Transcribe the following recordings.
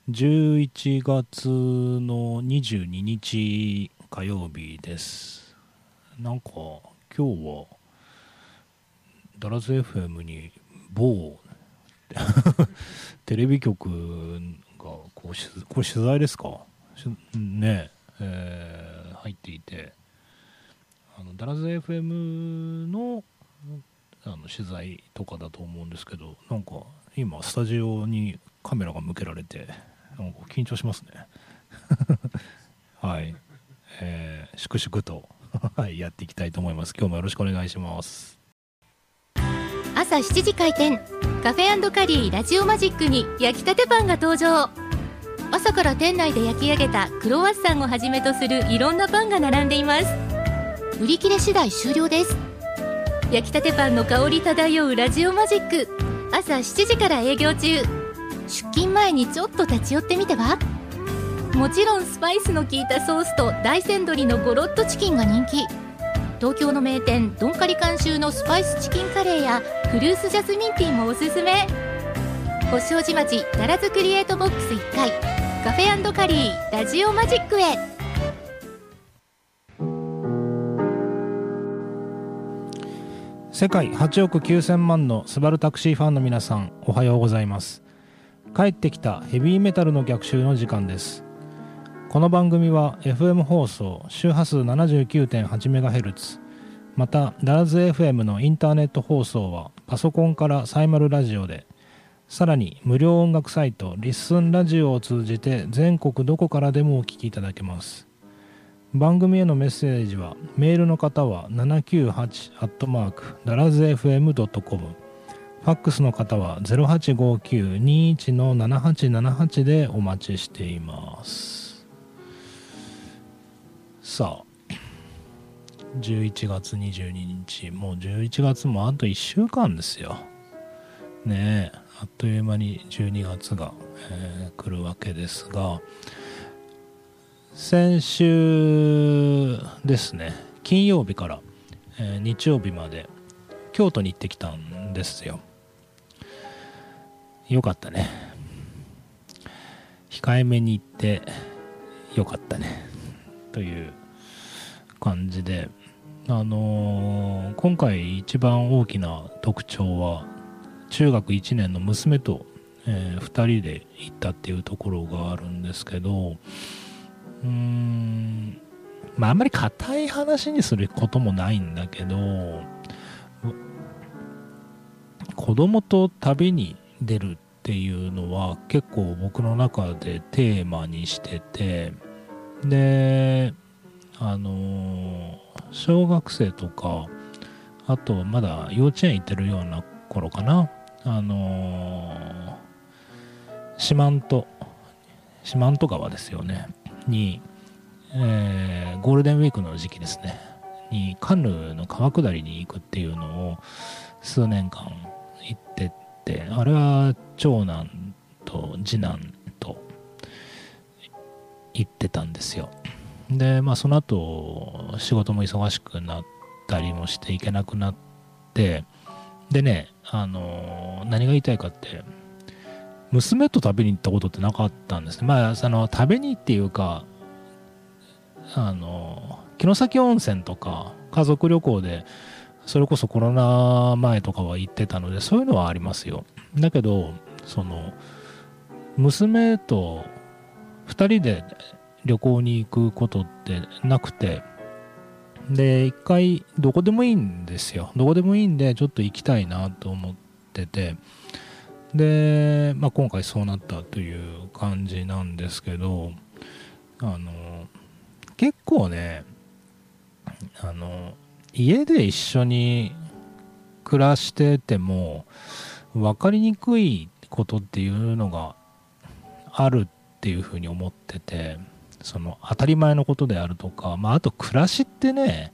11月の22日火曜日です。なんか今日はダラズ FM に某テレビ局がこれ取材ですかね入っていて、ダラズ FM の取材とかだと思うんですけど、なんか今スタジオにカメラが向けられてなんか緊張しますねはい、粛々とはいやっていきたいと思います。今日もよろしくお願いします。 朝7時開店、カフェ&カリーラジオマジックに焼きたてパンが登場。朝から店内で焼き上げたクロワッサンをはじめとするいろんなパンが並んでいます。売り切れ次第終了です。焼きたてパンの香り漂うラジオマジック、朝7時から営業中。出勤前にちょっと立ち寄ってみては。もちろんスパイスの効いたソースと大山鶏のゴロッとチキンが人気。東京の名店ドンカリ監修のスパイスチキンカレーやフルーツジャスミンティーもおすすめ。星王子町ダラズクリエイトボックス1階、カフェ&カリーラジオマジックへ。 世界8億9000万のスバルタクシーファンの皆さん、おはようございます。帰ってきたヘビーメタルの逆襲の時間です。この番組は FM 放送周波数 79.8MHz、 またダラズ FM のインターネット放送はパソコンからサイマルラジオで、さらに無料音楽サイトリッスンラジオを通じて全国どこからでもお聞きいただけます。番組へのメッセージはメールの方は 798@darazfm.com、 ファックスの方は 085921-7878 でお待ちしています。さあ11月22日、もう11月もあと1週間ですよね。あっという間に12月が、来るわけですが、先週ですね、金曜日から、日曜日まで京都に行ってきたんですよ。よかったね。控えめに行ってよかったねという感じで、今回一番大きな特徴は中学1年の娘と、2人で行ったっていうところがあるんですけど、あんまり硬い話にすることもないんだけど、子供と旅に出るっていうのは結構僕の中でテーマにしてて、で小学生とか、あとまだ幼稚園行ってるような頃かな、四万十川ですよねに、ゴールデンウィークの時期ですねにカヌーの川下りに行くっていうのを数年間行ってって、あれは長男と次男と行ってたんですよ。でその後仕事も忙しくなったりもして行けなくなって、でね、何が言いたいかって、娘と食べに行ったことってなかったんですね。食べにっていうか、城崎温泉とか家族旅行でそれこそコロナ前とかは行ってたので、そういうのはありますよ。だけど娘と2人で旅行に行くことってなくて、で一回どこでもいいんですよ。どこでもいいんでちょっと行きたいなと思ってて、で、今回そうなったという感じなんですけど、結構ね、家で一緒に暮らしてても分かりにくいことっていうのがあるっていうふうに思ってて、当たり前のことであるとか、あと暮らしってね、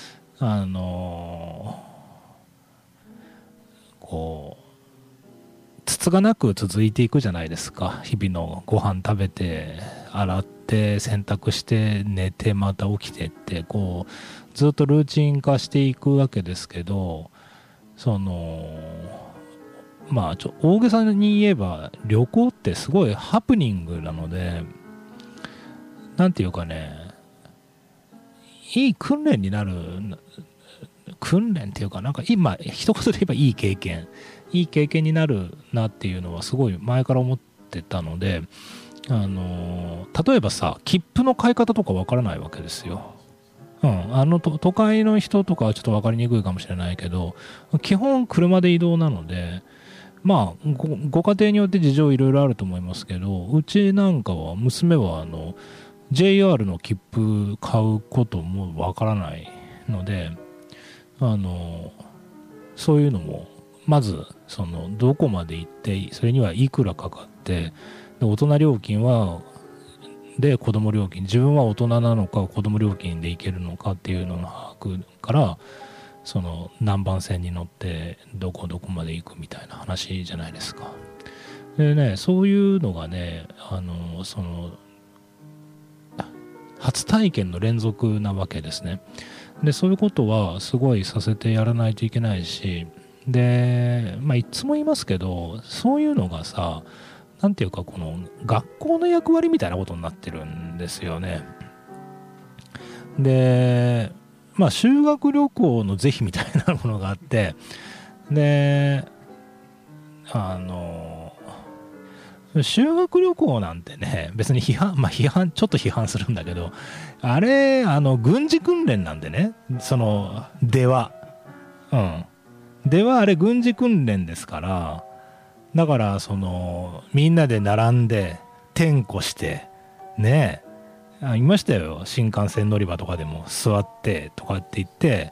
つつがなく続いていくじゃないですか。日々のご飯食べて洗って洗濯して寝てまた起きてって、ずっとルーチン化していくわけですけど、 まあ大げさに言えば旅行ってすごいハプニングなので、なんていうかね、いい訓練になる、訓練っていうか、なんか今一言で言えばいい経験になるなっていうのはすごい前から思ってたので、例えばさ、切符の買い方とかわからないわけですよ。都会の人とかはちょっと分かりにくいかもしれないけど、基本車で移動なので、まあご家庭によって事情いろいろあると思いますけど、うちなんかは娘はJR の切符買うことも分からないので、そういうのもまずどこまで行ってそれにはいくらかかって、で大人料金はで子供料金、自分は大人なのか子供料金で行けるのかっていうのの把握から、何番線に乗ってどこまで行くみたいな話じゃないですか。でね、そういうのがね、初体験の連続なわけですね。でそういうことはすごいさせてやらないといけないし、でいつも言いますけど、そういうのがさ、なんていうか、この学校の役割みたいなことになってるんですよね。で修学旅行の是非みたいなものがあって、で修学旅行なんてね、別にちょっと批判するんだけど、あれ軍事訓練なんでね、出はあれ軍事訓練ですから、だからみんなで並んで点呼してね、いましたよ、新幹線乗り場とかでも座ってとかって言って、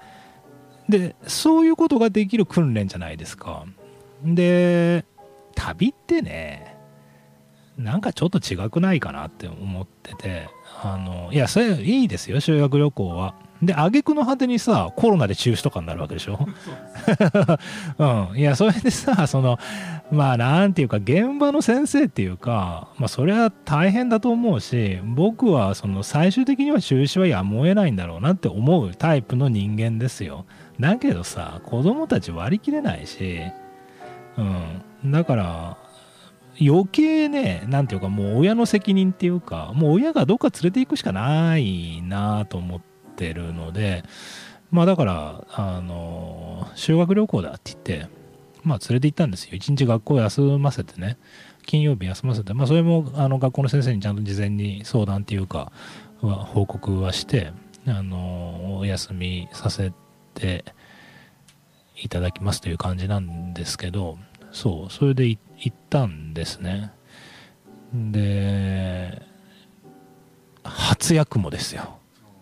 でそういうことができる訓練じゃないですか。で旅ってね、なんかちょっと違くないかなって思ってて、いやそれいいですよ、修学旅行は。で挙句の果てにさ、コロナで中止とかになるわけでしょいやそれでさ、なんていうか、現場の先生っていうか、それは大変だと思うし、僕は最終的には中止はやむを得ないんだろうなって思うタイプの人間ですよ。だけどさ、子供たち割り切れないし、だから余計ね、なんていうか、もう親の責任っていうか、もう親がどっか連れて行くしかないなと思ってるので、だから修学旅行だって言って連れて行ったんですよ。一日学校休ませてね、金曜日休ませて、それも学校の先生にちゃんと事前に相談っていうか報告はして、お休みさせていただきますという感じなんですけど、それで行ったんですね。で初ヤクモですよ。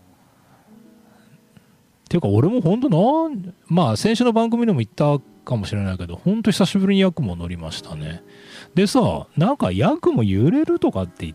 っていうか、俺も本当先週の番組でも言ったかもしれないけど、本当久しぶりにヤクモ乗りましたね。でさ、なんかヤクモ揺れるとかって言って、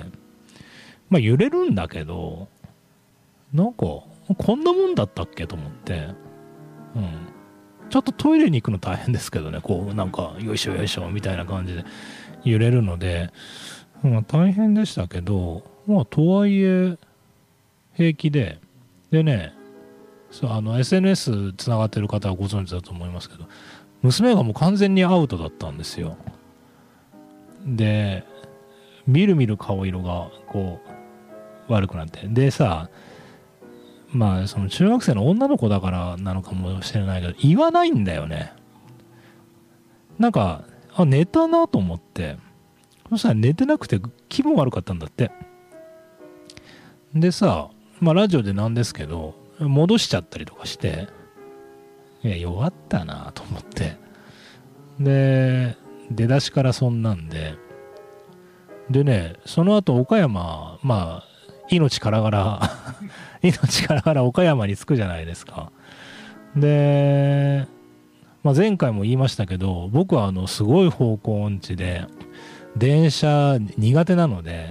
揺れるんだけど、なんかこんなもんだったっけと思って、ちょっとトイレに行くの大変ですけどね、なんかよいしょよいしょみたいな感じで揺れるので、大変でしたけど、とはいえ平気でね、SNS つながってる方はご存知だと思いますけど、娘がもう完全にアウトだったんですよ。でみるみる顔色が悪くなって、でさ、中学生の女の子だからなのかもしれないけど、言わないんだよね。なんか寝たなと思って、そしたら寝てなくて気分悪かったんだって。でさ、ラジオでなんですけど戻しちゃったりとかして、いや弱ったなと思って、で出だしからそんなんでね、その後岡山、命からがら岡山に着くじゃないですか。で、前回も言いましたけど、僕はすごい方向音痴で電車苦手なので、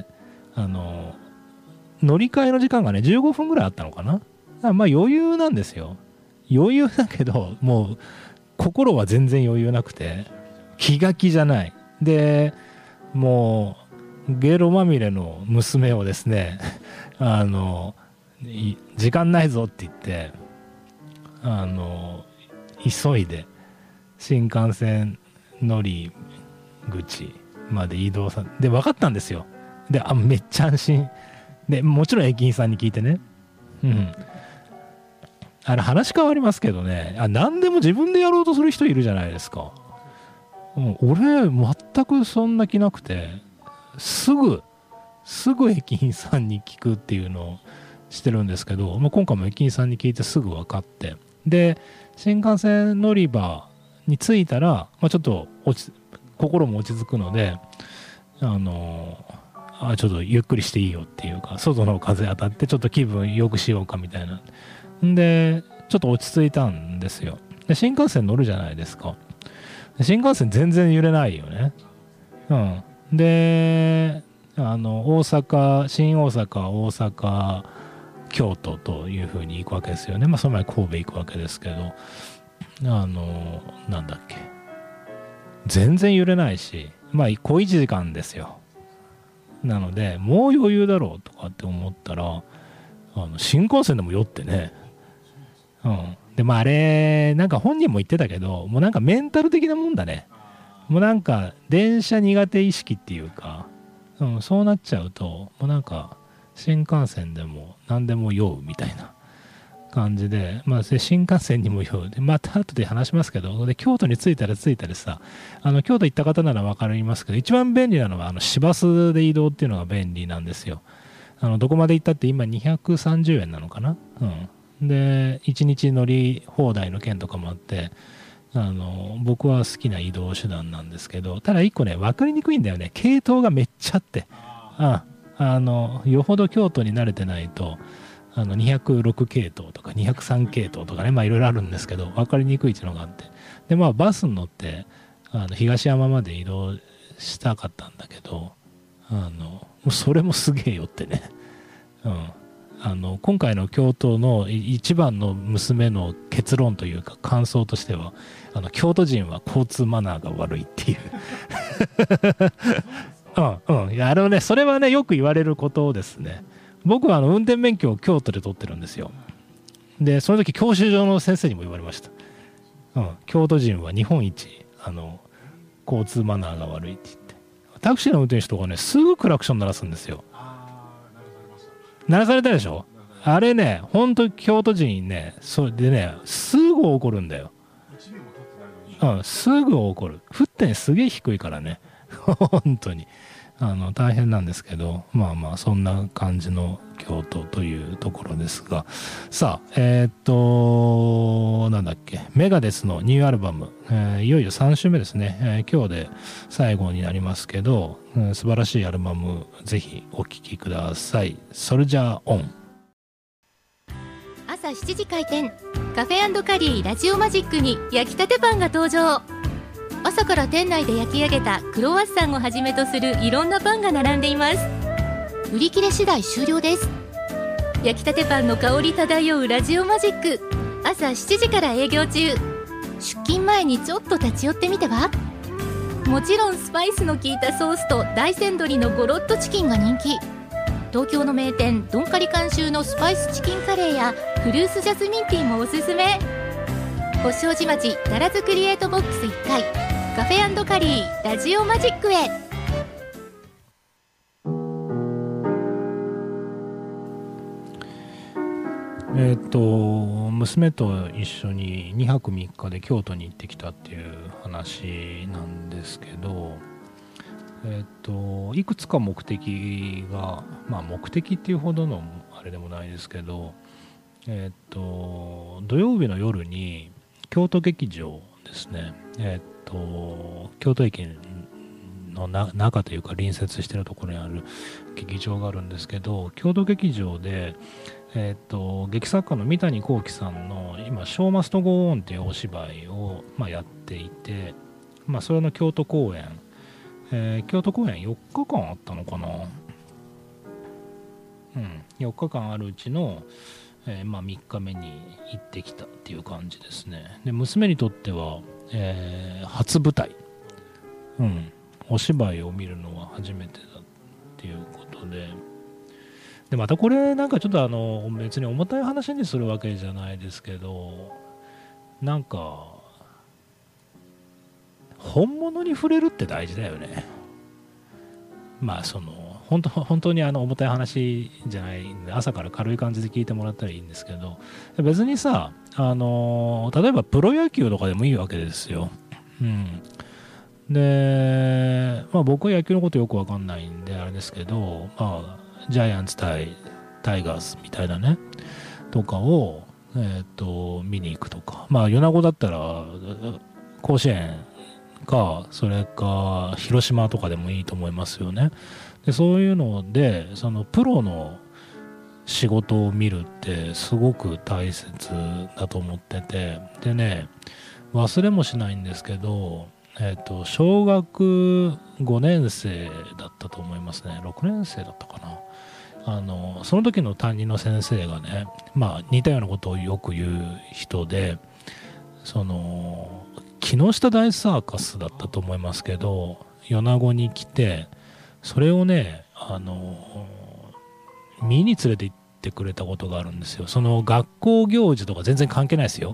乗り換えの時間がね15分ぐらいあったのかな。余裕なんですよ。余裕だけど、もう心は全然余裕なくて、気が気じゃない。でもうゲロまみれの娘をですね時間ないぞって言って急いで新幹線乗り口まで移動さで分かったんですよ。でめっちゃ安心で、もちろん駅員さんに聞いてね、話変わりますけどね、何でも自分でやろうとする人いるじゃないですか。俺全くそんな気なくて、すぐ駅員さんに聞くっていうのをしてるんですけど、今回も駅員さんに聞いてすぐ分かって、で新幹線乗り場に着いたら、ちょっと心も落ち着くので、ちょっとゆっくりしていいよっていうか、外の風当たってちょっと気分よくしようかみたいな。でちょっと落ち着いたんですよ。で新幹線乗るじゃないですか。新幹線全然揺れないよね。で新大阪京都という風に行くわけですよね。その前神戸行くわけですけど、なんだっけ、全然揺れないし、小1時間ですよ。なのでもう余裕だろうとかって思ったら、新幹線でも酔ってね、であれなんか本人も言ってたけど、もうなんかメンタル的なもんだね。もうなんか電車苦手意識っていうか、そうなっちゃうと、もうなんか新幹線でも何でも酔うみたいな感じで、新幹線にも酔うで、また後で話しますけど、で京都に着いたらさ、京都行った方なら分かりますけど、一番便利なのは市バスで移動っていうのが便利なんですよ。どこまで行ったって今230円なのかな。で1日乗り放題の券とかもあって、僕は好きな移動手段なんですけど、ただ一個ね分かりにくいんだよね。系統がめっちゃあって、よほど京都に慣れてないと206系統とか203系統とかね、いろいろあるんですけど、分かりにくいっていうのがあって、でバスに乗って東山まで移動したかったんだけど、もうそれもすげえよってね。今回の京都の一番の娘の結論というか感想としては、京都人は交通マナーが悪いっていうそれはねよく言われることですね。僕は運転免許を京都で取ってるんですよ。でその時教習所の先生にも言われました。京都人は日本一交通マナーが悪いって言って、タクシーの運転手とかねすぐクラクション鳴らすんですよ。鳴らされたでしょ。あれね、本当京都人ね、それでねすぐ怒るんだよ。すぐ怒る。沸点すげえ低いからね本当に大変なんですけど、そんな感じの京都というところですが、さあなんだっけ、メガデスのニューアルバム、いよいよ3週目ですね。今日で最後になりますけど、素晴らしいアルバムぜひお聴きください。ソルジャーオン。 朝7時開店、カフェ&カリーラジオマジックに焼きたてパンが登場。朝から店内で焼き上げたクロワッサンをはじめとするいろんなパンが並んでいます。売り切れ次第終了です。焼きたてパンの香り漂うラジオマジック、朝7時から営業中。出勤前にちょっと立ち寄ってみては。もちろんスパイスの効いたソースと大山鶏のゴロッとチキンが人気。東京の名店ドンカリ監修のスパイスチキンカレーやフルーツジャスミンティーもおすすめ。星王子町ならずクリエイトボックス1階、カフェ&カリーラジオマジックへ。 娘と一緒に2泊3日で京都に行ってきたっていう話なんですけど、いくつか目的が、目的っていうほどのあれでもないですけど、土曜日の夜に京都劇場ですね、京都駅の中というか隣接しているところにある劇場があるんですけど、京都劇場で、劇作家の三谷幸喜さんの今「ショーマストゴーオン」っていうお芝居を、やっていて、それの京都公演、京都公演4日間あったのかな、4日間あるうちの、3日目に行ってきたっていう感じですね。で娘にとっては、初舞台、お芝居を見るのは初めてだっていうことで、またこれなんかちょっと別に重たい話にするわけじゃないですけど、なんか本物に触れるって大事だよね。まあ本当に重たい話じゃないんで、朝から軽い感じで聞いてもらったらいいんですけど、別にさ、例えばプロ野球とかでもいいわけですよ。うん。で、まあ僕は野球のことよくわかんないんであれですけど、まあジャイアンツ対タイガースみたいなね、とかを、見に行くとか、まあ米子だったら甲子園か、それか広島とかでもいいと思いますよね。でそういうのでプロの仕事を見るってすごく大切だと思ってて、でね、忘れもしないんですけど、小学5年生だったと思いますね。6年生だったかな。その時の担任の先生がね、まあ似たようなことをよく言う人で、木下大サーカスだったと思いますけど、米子に来て、それをね、見に連れて行ってくれたことがあるんですよ。その学校行事とか全然関係ないですよ。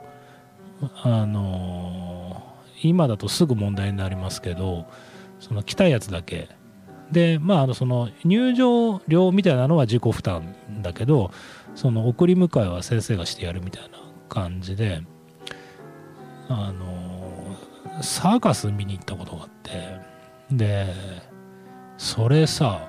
今だとすぐ問題になりますけど、来たやつだけで、まあ入場料みたいなのは自己負担だけど、送り迎えは先生がしてやるみたいな感じで、サーカス見に行ったことがあって、でそれさ、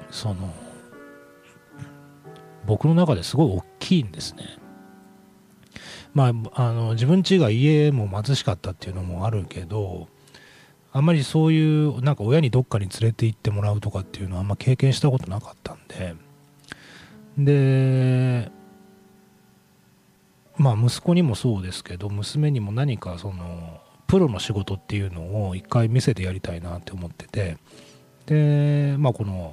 僕の中ですごい大きいんですね。まあ自分家が家も貧しかったっていうのもあるけど、あんまりそういうなんか親にどっかに連れて行ってもらうとかっていうのはあんま経験したことなかったんで、まあ息子にもそうですけど、娘にも何かプロの仕事っていうのを一回見せてやりたいなって思ってて、でまあこの、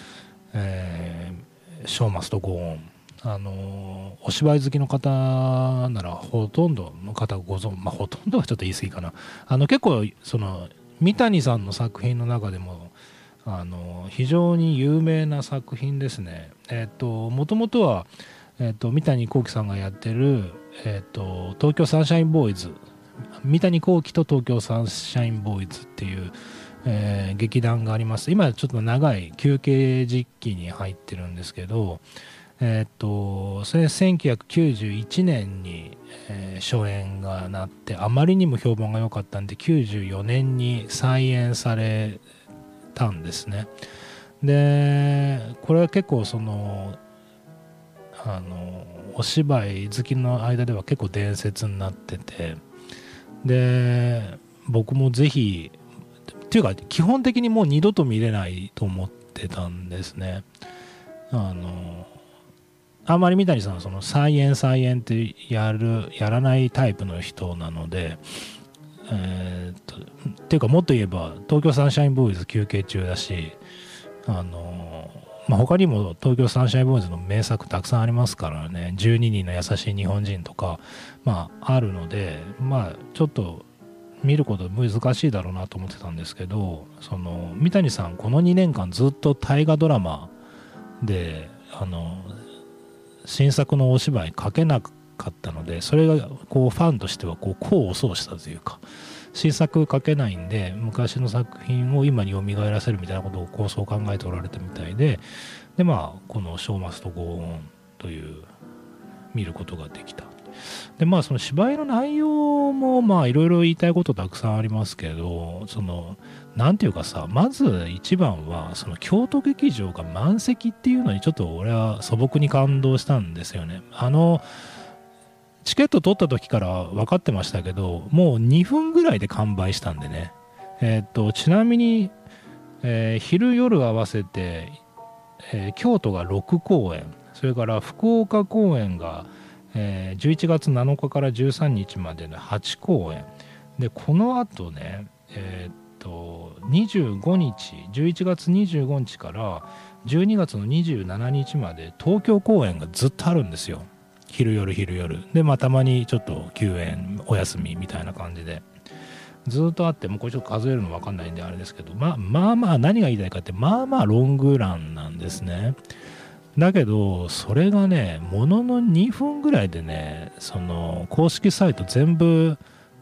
ショーマストゴーン、お芝居好きの方ならほとんどの方ご存知、まあほとんどはちょっと言い過ぎかな。結構三谷さんの作品の中でも非常に有名な作品ですね。もともとは、三谷幸喜さんがやってる、東京サンシャインボーイズ、三谷幸喜と東京サンシャインボーイズっていう、劇団があります。今ちょっと長い休憩時期に入ってるんですけど、それ1991年に、初演がなって、あまりにも評判が良かったんで94年に再演されたんですね。でこれは結構お芝居好きの間では結構伝説になってて、で僕もぜひっていうか基本的にもう二度と見れないと思ってたんですね。あんまり三谷さんは再演ってやらないタイプの人なので、っていうかもっと言えば東京サンシャインボーイズ休憩中だし、まあ、他にも東京サンシャインボーイズの名作たくさんありますからね。12人の優しい日本人とか、まあ、あるので、まあちょっと見ること難しいだろうなと思ってたんですけど、三谷さんこの2年間ずっと大河ドラマで新作のお芝居書けなかったので、それがこうファンとしてはこう功を奏したというか、新作書けないんで昔の作品を今に蘇らせるみたいなことを構想を考えておられたみたいで、まあこの「ショーマストゴーオン」という見ることができた。でまあその芝居の内容もまあいろいろ言いたいことたくさんありますけど、なんていうかさ、まず一番は京都劇場が満席っていうのにちょっと俺は素朴に感動したんですよね。チケット取った時から分かってましたけど、もう2分ぐらいで完売したんでね。ちなみに、昼夜合わせて、京都が6公演、それから福岡公演が、11月7日から13日までの8公演で、この後ね、25日11月25日から12月の27日まで東京公演がずっとあるんですよ。昼夜で、まあたまにちょっと休演お休みみたいな感じでずっとあって、もうこれちょっと数えるの分かんないんであれですけど、まあ何が言いたいかって、まあロングランなんですね。だけどそれがね、ものの2分ぐらいでね、公式サイト全部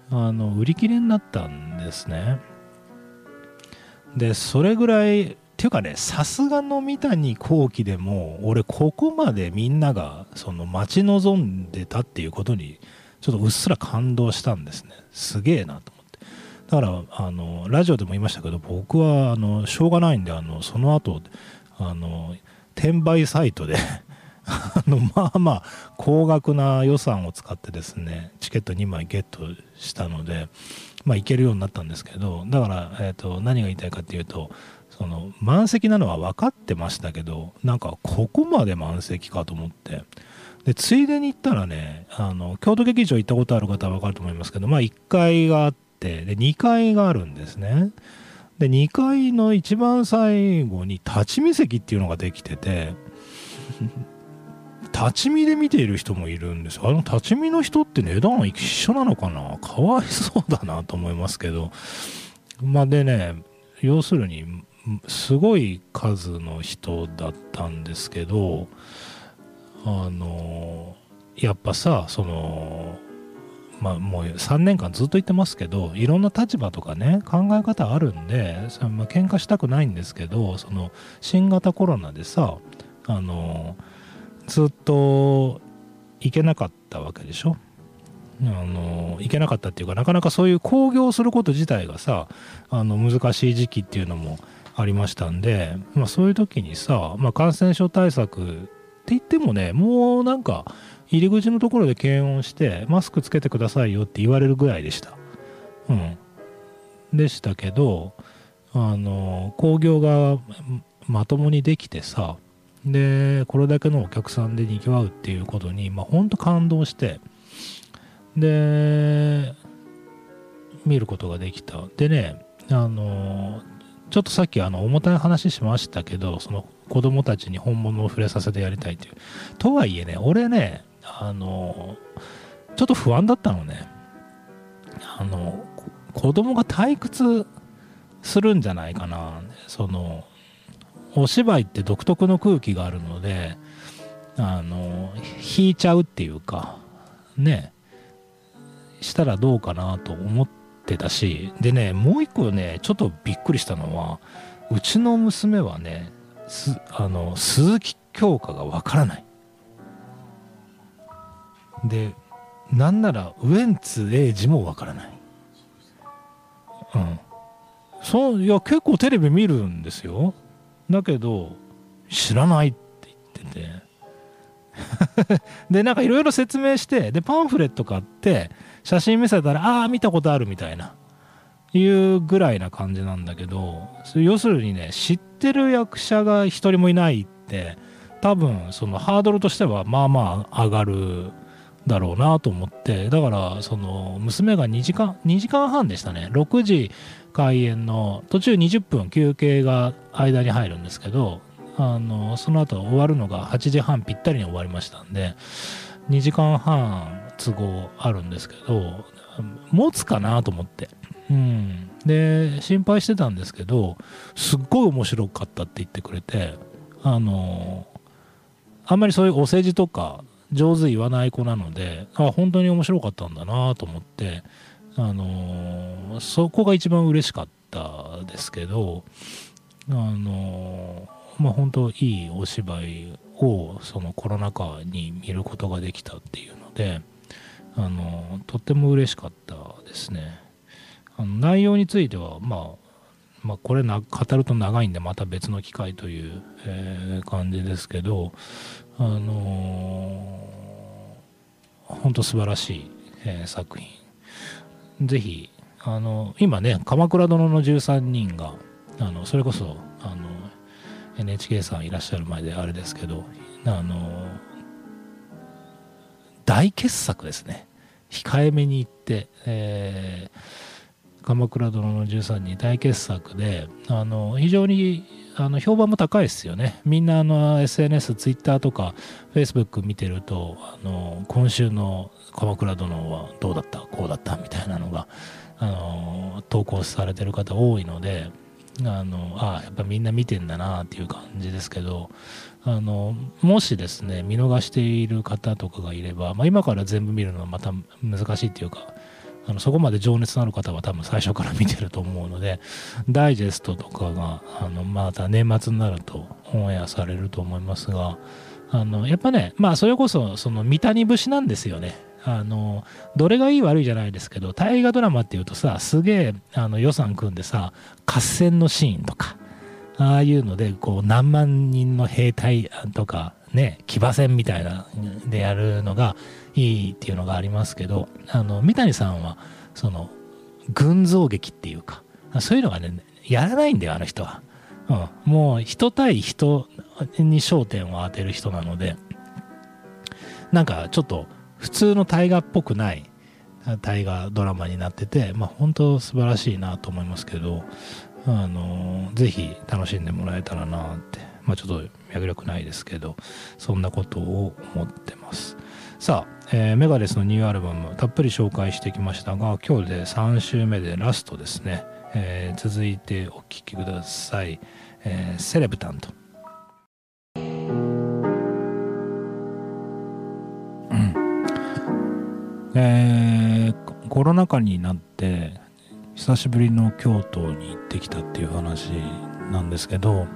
売り切れになったんですね。でそれぐらいっていうかね、さすがの三谷幸喜でも俺ここまでみんながその待ち望んでたっていうことにちょっとうっすら感動したんですね。すげえなと思って。だからラジオでも言いましたけど、僕はしょうがないんでその後転売サイトでまあまあ高額な予算を使ってですねチケット2枚ゲットしたので、まあ行けるようになったんですけど、だから、何が言いたいかっていうと、その満席なのは分かってましたけど、なんかここまで満席かと思って、でついでに行ったらね、京都劇場行ったことある方は分かると思いますけど、まあ1階があってで2階があるんですね。で2階の一番最後に立ち見席っていうのができてて立ち見で見ている人もいるんですよ。立ち見の人って値段一緒なのかな、かわいそうだなと思いますけど、まあでね、要するにすごい数の人だったんですけど、やっぱさ、そのまあもう3年間ずっと言ってますけど、いろんな立場とかね考え方あるんで、まあ、喧嘩したくないんですけど、その新型コロナでさずっと行けなかったわけでしょ。行けなかったっていうか、なかなかそういう興行すること自体がさ難しい時期っていうのもありましたんで、まあ、そういう時にさ、まあ、感染症対策って言ってもね、もうなんか入り口のところで検温してマスクつけてくださいよって言われるぐらいでした。でしたけど興行がまともにできてさ、でこれだけのお客さんでにぎわうっていうことに、まあ、ほんと感動して、で見ることができた。でね、ちょっとさっき重たい話しましたけど、その子供たちに本物を触れさせてやりたいという、とはいえね、俺ねちょっと不安だったのね。子供が退屈するんじゃないかな。そのお芝居って独特の空気があるので引いちゃうっていうかね、したらどうかなと思ってたし、でね、もう一個ねちょっとびっくりしたのは、うちの娘はね鈴木京香がわからないで、なんならウエンツ瑛士もわからない。いや結構テレビ見るんですよ。だけど知らないって言っててでなんかいろいろ説明して、でパンフレット買って写真見せたら、ああ見たことあるみたいないうぐらいな感じなんだけど、要するにね、知ってる役者が一人もいないって多分そのハードルとしてはまあまあ上がるだろうなと思って、だからその娘が2時間半でしたね。6時開演の途中20分休憩が間に入るんですけど、その後終わるのが8時半ぴったりに終わりましたんで、2時間半都合あるんですけど、持つかなと思って、で心配してたんですけど、すっごい面白かったって言ってくれて、あんまりそういうお世辞とか上手言わない子なので、本当に面白かったんだなと思って、そこが一番嬉しかったですけど、まあ本当いいお芝居をそのコロナ禍に見ることができたっていうので、とっても嬉しかったですね。内容については、まあこれ語ると長いんでまた別の機会という、感じですけど、本当素晴らしい、作品。ぜひ今ね、鎌倉殿の13人がそれこそNHK さんいらっしゃる前であれですけど、大傑作ですね。控えめに言って、鎌倉殿の13人大傑作で、非常に評判も高いですよね。みんなSNS、ツイッターとかフェイスブック見てると今週の鎌倉殿はどうだったこうだったみたいなのが投稿されてる方多いので、やっぱみんな見てんだなっていう感じですけど、もしですね見逃している方とかがいれば、今から全部見るのはまた難しいっていうかそこまで情熱のある方は多分最初から見てると思うので、ダイジェストとかがまた年末になるとオンエアされると思いますが、やっぱね、まあそれこそその三谷節なんですよね。どれがいい悪いじゃないですけど、大河ドラマっていうとさ、すげえ予算組んでさ、合戦のシーンとかああいうのでこう何万人の兵隊とかね、騎馬戦みたいなでやるのがいいっていうのがありますけど、三谷さんはその群像劇っていうか、そういうのがねやらないんだよ、あの人は。もう人対人に焦点を当てる人なので、なんかちょっと普通の大河っぽくない大河ドラマになってて、まあ本当素晴らしいなと思いますけど、ぜひ楽しんでもらえたらなって、まあちょっと脈絡ないですけど、そんなことを思ってます。さあ、メガレスのニューアルバムたっぷり紹介してきましたが、今日で3週目でラストですね。続いてお聴きください。セレブタント。コロナ禍になって久しぶりの京都に行ってきたっていう話なんですけど、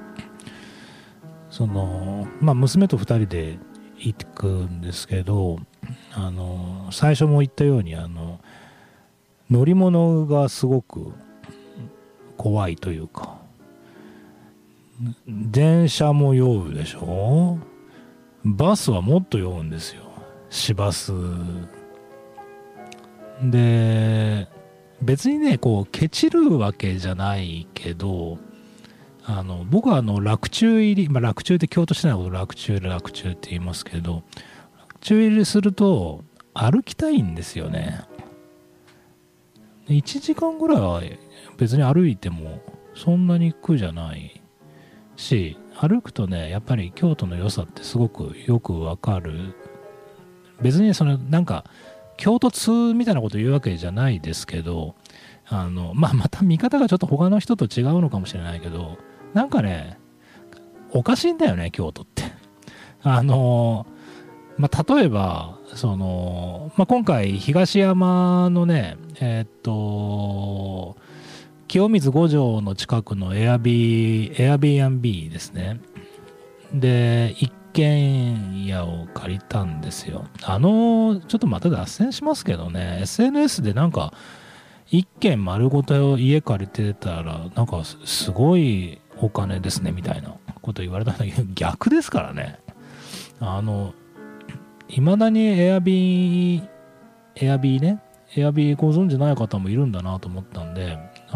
まあ娘と2人で行くんですけど、最初も言ったように乗り物がすごく怖いというか、電車も酔うでしょ、バスはもっと酔うんですよ、市バスで。別にねこうケチるわけじゃないけど、僕は洛中入り、まあ洛中って京都市内のこと洛中って言いますけど、洛中入りすると歩きたいんですよね。1時間ぐらいは別に歩いてもそんなに苦じゃないし、歩くとねやっぱり京都の良さってすごくよくわかる。別になんか京都通みたいなこと言うわけじゃないですけど、また見方がちょっと他の人と違うのかもしれないけど、なんかねおかしいんだよね京都って。例えば今回東山のね清水五条の近くのエアビーアンビーですね。で一軒家を借りたんですよ。ちょっとまた脱線しますけどね、 SNS でなんか一軒丸ごと家借りてたらなんかすごいお金ですねみたいなこと言われたんだけど、逆ですからね。いまだにエアビーご存知ない方もいるんだなと思ったんで、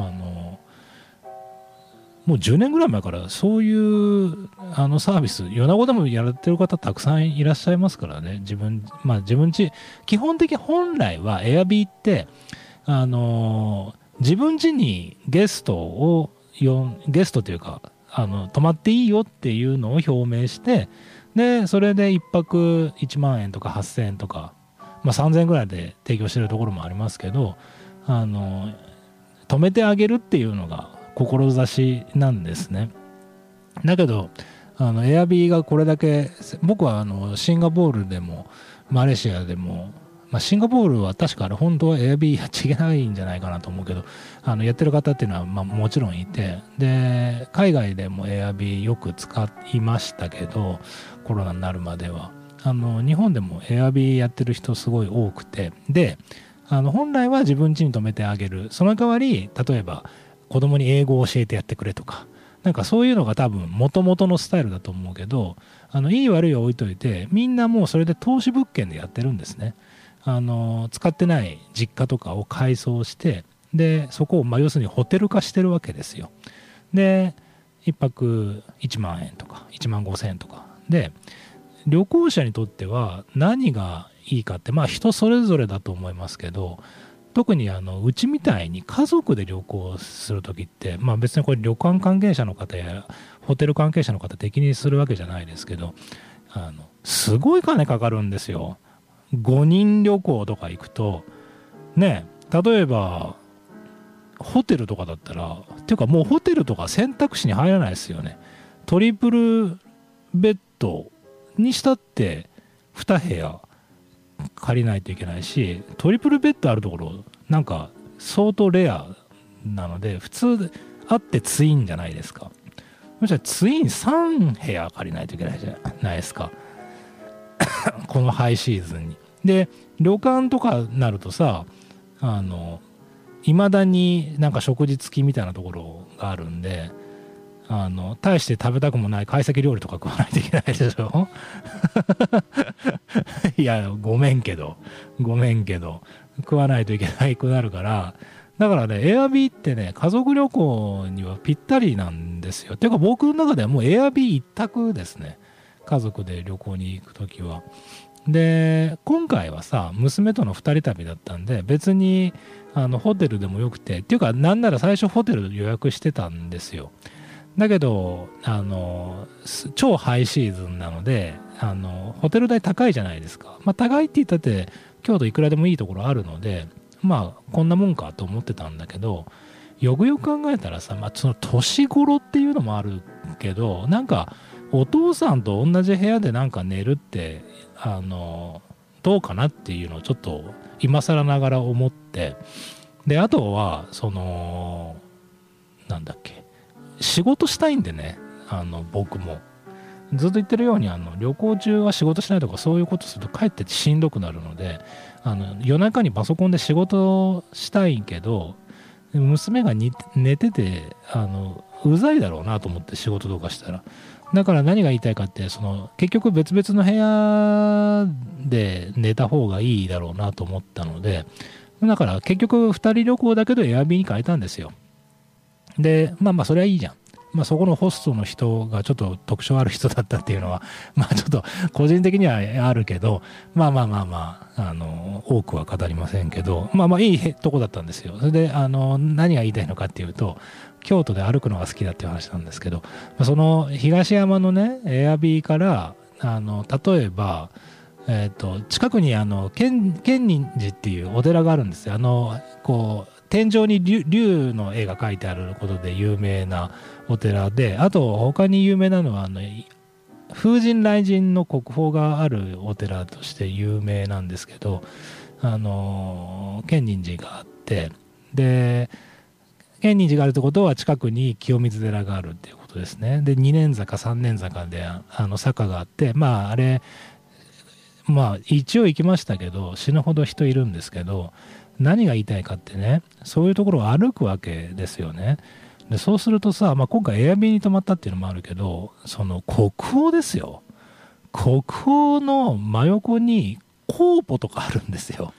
もう10年ぐらい前からそういうサービス、米子でもやってる方たくさんいらっしゃいますからね。自分家基本的本来はエアビーって自分家にゲストというか泊まっていいよっていうのを表明して、でそれで1泊1万円とか8000円とか、3000円ぐらいで提供してるところもありますけど、泊めてあげるっていうのが志なんですね。だけどエアビーがこれだけ、僕はシンガポールでもマレーシアでも、シンガポールは確か本当はエアビーやっちゃいけないんじゃないかなと思うけど、やってる方っていうのはもちろんいて、で海外でもエアビーよく使いましたけど、コロナになるまでは日本でもエアビーやってる人すごい多くて、で本来は自分家に泊めてあげる、その代わり例えば子供に英語を教えてやってくれとか、なんかそういうのが多分元々のスタイルだと思うけど、いい悪いは置いといて、みんなもうそれで投資物件でやってるんですね。使ってない実家とかを改装して、でそこを要するにホテル化してるわけですよ。で1泊1万円とか1万5000円とかで、旅行者にとっては何がいいかって人それぞれだと思いますけど、特にうちみたいに家族で旅行するときって、別にこれ旅館関係者の方やホテル関係者の方敵にするわけじゃないですけど、すごい金かかるんですよ。5人旅行とか行くとね、例えばホテルとかだったら、っていうかもうホテルとか選択肢に入らないですよね。トリプルベッドにしたって2部屋借りないといけないし、トリプルベッドあるところなんか相当レアなので、普通あってツインじゃないですか。そしたらツイン3部屋借りないといけないじゃないですかこのハイシーズンに。で旅館とかなるとさ、いまだになんか食事付きみたいなところがあるんで、大して食べたくもない懐石料理とか食わないといけないでしょいやごめんけど食わないといけないくなるから、だからね、エアビーってね、家族旅行にはぴったりなんですよ。ていうか僕の中ではもうエアビー一択ですね。家族で旅行に行くときは。で、今回はさ、娘との2人旅だったんで、別にホテルでもよくて、っていうかなんなら最初ホテル予約してたんですよ。だけど、超ハイシーズンなので、ホテル代高いじゃないですか。まあ高いって言ったって、京都いくらでもいいところあるので、まあこんなもんかと思ってたんだけど、よくよく考えたらさ、まあその年頃っていうのもあるけど、なんかお父さんと同じ部屋でなんか寝るってどうかなっていうのをちょっと今更ながら思って、であとはそのなんだっけ、仕事したいんでね、僕もずっと言ってるように旅行中は仕事しないとかそういうことするとかえってしんどくなるので、夜中にパソコンで仕事したいけど娘が寝ててうざいだろうなと思って、仕事とかしたら。だから何が言いたいかって、結局別々の部屋で寝た方がいいだろうなと思ったので、だから結局2人旅行だけどエアビーに変えたんですよ。でまあそれはいいじゃん。まあそこのホストの人がちょっと特徴ある人だったっていうのはまあちょっと個人的にはあるけど、まあ多くは語りませんけど、まあいいとこだったんですよ。それで何が言いたいのかっていうと、京都で歩くのが好きだっていう話なんですけど、その東山のねエアビーから例えば近くに建仁寺っていうお寺があるんですよ。こう天井に竜の絵が描いてあることで有名なお寺で、あと他に有名なのは風神雷神の国宝があるお寺として有名なんですけど、建仁寺があって、で建仁寺があるってことは近くに清水寺があるっていうことですね。で2年坂3年坂で坂があって、まああれまあ一応行きましたけど死ぬほど人いるんですけど、何が言いたいかってね、そういうところを歩くわけですよね。でそうするとさ、まあ、今回エアビーに泊まったっていうのもあるけど、その国宝ですよ。国宝の真横にコーポとかあるんですよ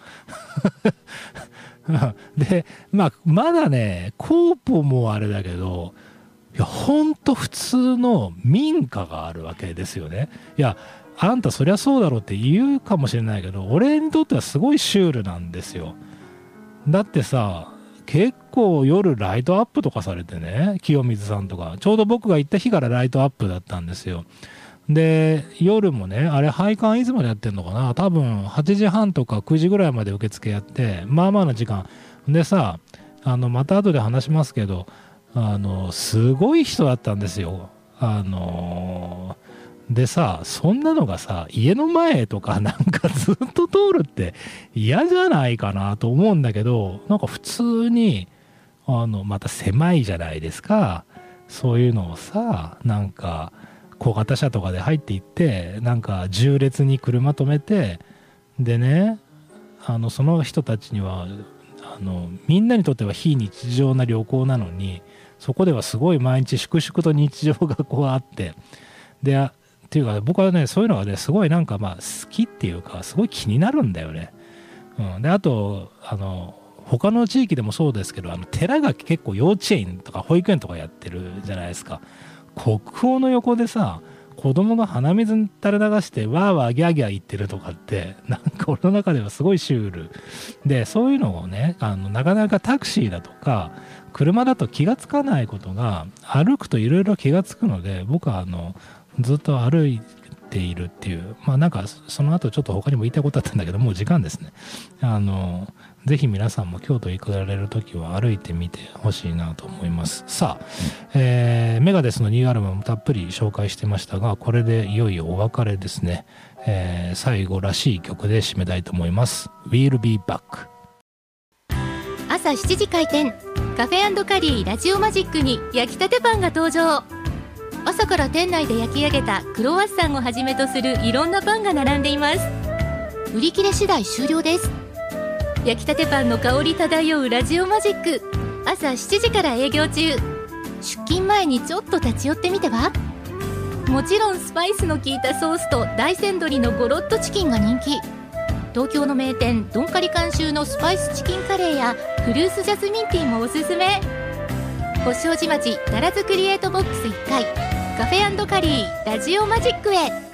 でまだねコーポもあれだけど、いやほんと普通の民家があるわけですよね。いやあんたそりゃそうだろうって言うかもしれないけど、俺にとってはすごいシュールなんですよ。だってさ、結構夜ライトアップとかされてね、清水さんとか、ちょうど僕が行った日からライトアップだったんですよ。で夜もね、あれ拝観いつまでやってんのかな、多分8時半とか9時ぐらいまで受付やって、まあまあな時間でさ、また後で話しますけど、すごい人だったんですよ。でさ、そんなのがさ家の前とかなんかずっと通るって嫌じゃないかなと思うんだけど、なんか普通にまた狭いじゃないですか。そういうのをさ、なんか小型車とかで入っていって、なんか縦列に車止めて、でね、その人たちにはみんなにとっては非日常な旅行なのに、そこではすごい毎日粛々と日常がこうあって、でっていうか僕はね、そういうのがねすごいなんかまあ好きっていうか、すごい気になるんだよね。であと他の地域でもそうですけど、寺が結構幼稚園とか保育園とかやってるじゃないですか。国宝の横でさ、子供が鼻水垂れ流してわーわーギャーギャー言ってるとかって、なんか俺の中ではすごいシュールで、そういうのをねなかなかタクシーだとか車だと気がつかないことが、歩くといろいろ気がつくので、僕はずっと歩いているっていう、まあなんかその後ちょっと他にも言いたいことあったんだけど、もう時間ですね。ぜひ皆さんも京都行かれるときは歩いてみてほしいなと思います。さあ、メガデスのニューアルバムもたっぷり紹介してましたが、これでいよいよお別れですね。最後らしい曲で締めたいと思います。We'll be back。 朝7時開店、カフェ&カリーラジオマジックに焼きたてパンが登場。朝から店内で焼き上げたクロワッサンをはじめとするいろんなパンが並んでいます。売り切れ次第終了です。焼きたてパンの香り漂うラジオマジック、朝7時から営業中。出勤前にちょっと立ち寄ってみては。もちろんスパイスの効いたソースと大山鶏のゴロッとチキンが人気。東京の名店ドンカリ監修のスパイスチキンカレーやフルーツジャスミンティーもおすすめ。星王子町奈良津クリエイトボックス1階、カフェ&カリーラジオマジックへ。